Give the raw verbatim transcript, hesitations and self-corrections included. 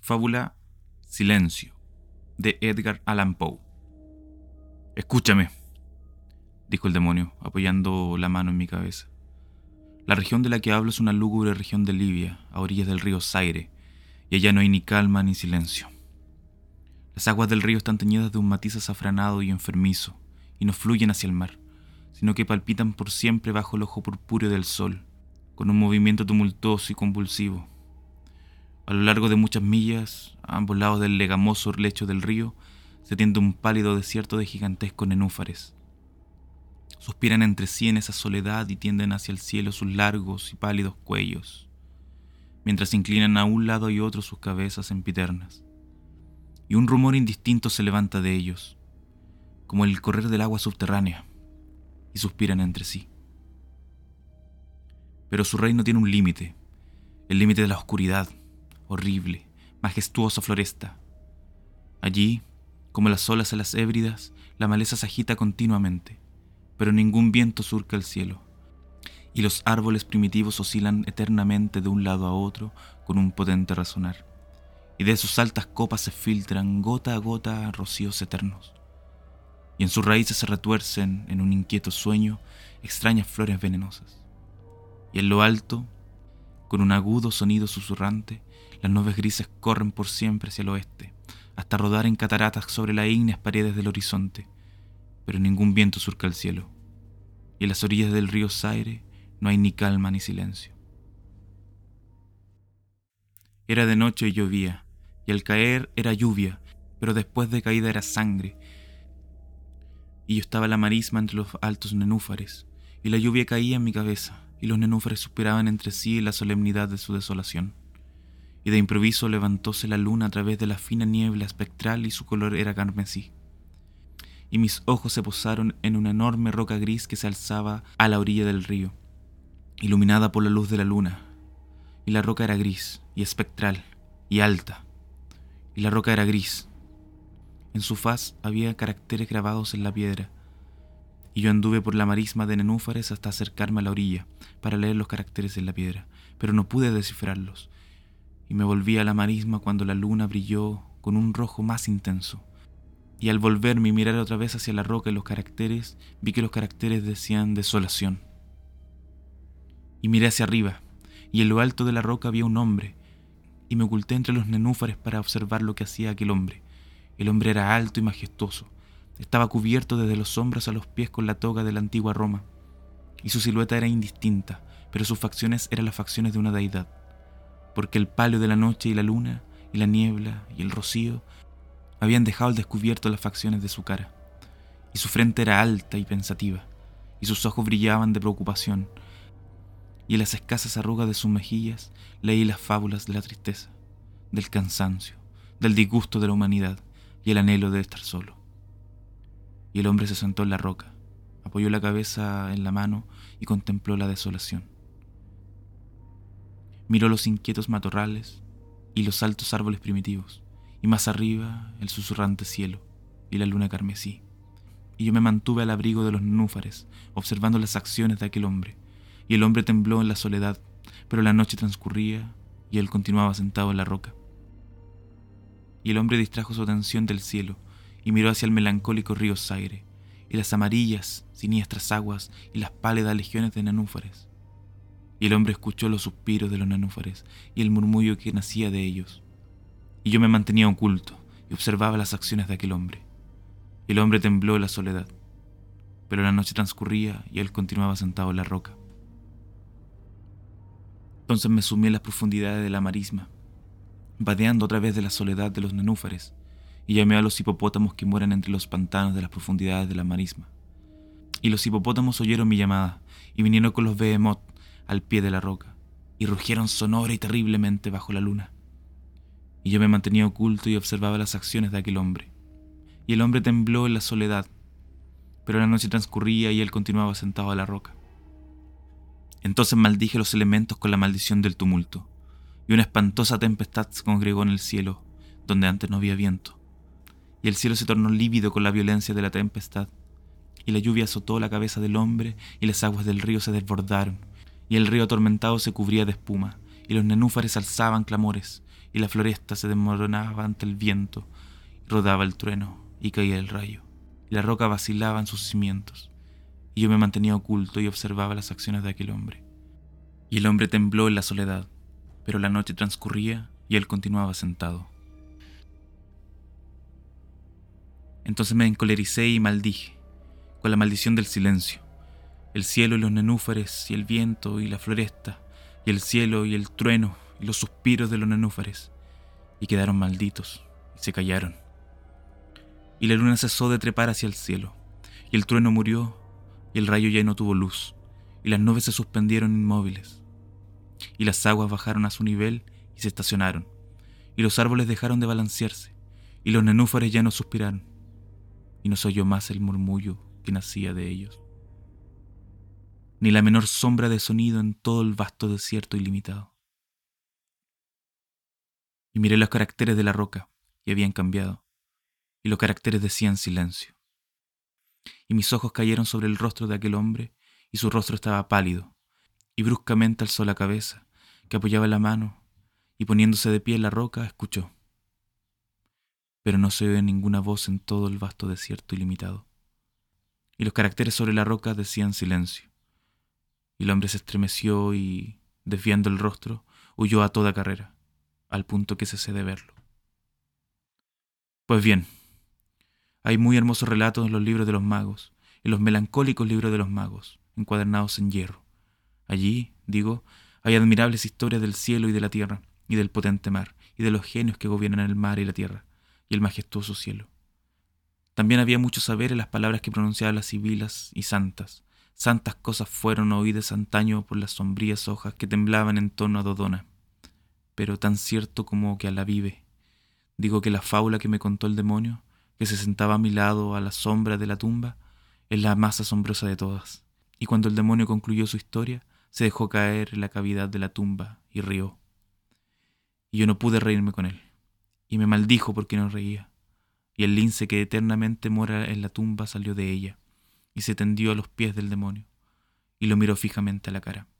Fábula Silencio, de Edgar Allan Poe. Escúchame, dijo el demonio, apoyando la mano en mi cabeza. La región de la que hablo es una lúgubre región de Libia, a orillas del río Zaire, y allá no hay ni calma ni silencio. Las aguas del río están teñidas de un matiz azafranado y enfermizo, y no fluyen hacia el mar, sino que palpitan por siempre bajo el ojo purpúreo del sol, con un movimiento tumultuoso y convulsivo. A lo largo de muchas millas, a ambos lados del legamoso lecho del río, se tiende un pálido desierto de gigantescos nenúfares. Suspiran entre sí en esa soledad y tienden hacia el cielo sus largos y pálidos cuellos, mientras inclinan a un lado y otro sus cabezas sempiternas. Y un rumor indistinto se levanta de ellos, como el correr del agua subterránea, y suspiran entre sí. Pero su reino tiene un límite, el límite de la oscuridad, horrible, majestuosa floresta. Allí, como las olas en las Hébridas, la maleza se agita continuamente, pero ningún viento surca el cielo, y los árboles primitivos oscilan eternamente de un lado a otro con un potente resonar, y de sus altas copas se filtran gota a gota rocíos eternos, y en sus raíces se retuercen en un inquieto sueño extrañas flores venenosas. Y en lo alto, con un agudo sonido susurrante, las nubes grises corren por siempre hacia el oeste, hasta rodar en cataratas sobre las ígneas paredes del horizonte, pero ningún viento surca el cielo, y en las orillas del río Zaire no hay ni calma ni silencio. Era de noche y llovía, y al caer era lluvia, pero después de caída era sangre, y yo estaba en la marisma entre los altos nenúfares, y la lluvia caía en mi cabeza, y los nenúfares suspiraban entre sí en la solemnidad de su desolación. Y de improviso levantóse la luna a través de la fina niebla espectral y su color era carmesí. Y mis ojos se posaron en una enorme roca gris que se alzaba a la orilla del río, iluminada por la luz de la luna. Y la roca era gris y espectral y alta. Y la roca era gris. En su faz había caracteres grabados en la piedra. Y yo anduve por la marisma de nenúfares hasta acercarme a la orilla para leer los caracteres en la piedra, pero no pude descifrarlos. Y me volví a la marisma cuando la luna brilló con un rojo más intenso. Y al volverme y mirar otra vez hacia la roca y los caracteres, vi que los caracteres decían desolación. Y miré hacia arriba, y en lo alto de la roca había un hombre, y me oculté entre los nenúfares para observar lo que hacía aquel hombre. El hombre era alto y majestuoso, estaba cubierto desde los hombros a los pies con la toga de la antigua Roma, y su silueta era indistinta, pero sus facciones eran las facciones de una deidad, porque el palio de la noche y la luna, y la niebla y el rocío, habían dejado al descubierto las facciones de su cara, y su frente era alta y pensativa, y sus ojos brillaban de preocupación, y en las escasas arrugas de sus mejillas leí las fábulas de la tristeza, del cansancio, del disgusto de la humanidad y el anhelo de estar solo. Y el hombre se sentó en la roca, apoyó la cabeza en la mano y contempló la desolación. Miró los inquietos matorrales y los altos árboles primitivos, y más arriba el susurrante cielo y la luna carmesí. Y yo me mantuve al abrigo de los nenúfares, observando las acciones de aquel hombre. Y el hombre tembló en la soledad, pero la noche transcurría y él continuaba sentado en la roca. Y el hombre distrajo su atención del cielo y miró hacia el melancólico río Zaire, y las amarillas, siniestras aguas y las pálidas legiones de nenúfares. Y el hombre escuchó los suspiros de los nenúfares y el murmullo que nacía de ellos. Y yo me mantenía oculto y observaba las acciones de aquel hombre. Y el hombre tembló en la soledad, pero la noche transcurría y él continuaba sentado en la roca. Entonces me sumí en las profundidades de la marisma, vadeando a través de la soledad de los nenúfares, y llamé a los hipopótamos que mueran entre los pantanos de las profundidades de la marisma. Y los hipopótamos oyeron mi llamada, y vinieron con los behemoth al pie de la roca, y rugieron sonora y terriblemente bajo la luna. Y yo me mantenía oculto y observaba las acciones de aquel hombre. Y el hombre tembló en la soledad, pero la noche transcurría y él continuaba sentado a la roca. Entonces maldije los elementos con la maldición del tumulto, y una espantosa tempestad se congregó en el cielo, donde antes no había viento. Y el cielo se tornó lívido con la violencia de la tempestad, y la lluvia azotó la cabeza del hombre, y las aguas del río se desbordaron, y el río atormentado se cubría de espuma, y los nenúfares alzaban clamores, y la floresta se desmoronaba ante el viento, y rodaba el trueno, y caía el rayo, y la roca vacilaba en sus cimientos, y yo me mantenía oculto y observaba las acciones de aquel hombre. Y el hombre tembló en la soledad, pero la noche transcurría y él continuaba sentado. Entonces me encolericé y maldije, con la maldición del silencio, el cielo y los nenúfares y el viento y la floresta, y el cielo y el trueno y los suspiros de los nenúfares, y quedaron malditos y se callaron. Y la luna cesó de trepar hacia el cielo, y el trueno murió, y el rayo ya no tuvo luz, y las nubes se suspendieron inmóviles, y las aguas bajaron a su nivel y se estacionaron, y los árboles dejaron de balancearse, y los nenúfares ya no suspiraron, y no se oyó más el murmullo que nacía de ellos, ni la menor sombra de sonido en todo el vasto desierto ilimitado. Y miré los caracteres de la roca, y habían cambiado, y los caracteres decían silencio. Y mis ojos cayeron sobre el rostro de aquel hombre, y su rostro estaba pálido, y bruscamente alzó la cabeza, que apoyaba la mano, y poniéndose de pie en la roca, escuchó. Pero no se oye ninguna voz en todo el vasto desierto ilimitado. Y los caracteres sobre la roca decían silencio. Y el hombre se estremeció y, desviando el rostro, huyó a toda carrera, al punto que cesé de verlo. Pues bien, hay muy hermosos relatos en los libros de los magos, en los melancólicos libros de los magos, encuadernados en hierro. Allí, digo, hay admirables historias del cielo y de la tierra, y del potente mar, y de los genios que gobiernan el mar y la tierra, y el majestuoso cielo. También había mucho saber en las palabras que pronunciaban las sibilas y santas. Santas cosas fueron oídas antaño por las sombrías hojas que temblaban en torno a Dodona. Pero tan cierto como que a la vive, digo que la fábula que me contó el demonio, que se sentaba a mi lado a la sombra de la tumba, es la más asombrosa de todas. Y cuando el demonio concluyó su historia, se dejó caer en la cavidad de la tumba y rió. Y yo no pude reírme con él, y me maldijo porque no reía. Y el lince que eternamente mora en la tumba salió de ella, y se tendió a los pies del demonio, y lo miró fijamente a la cara.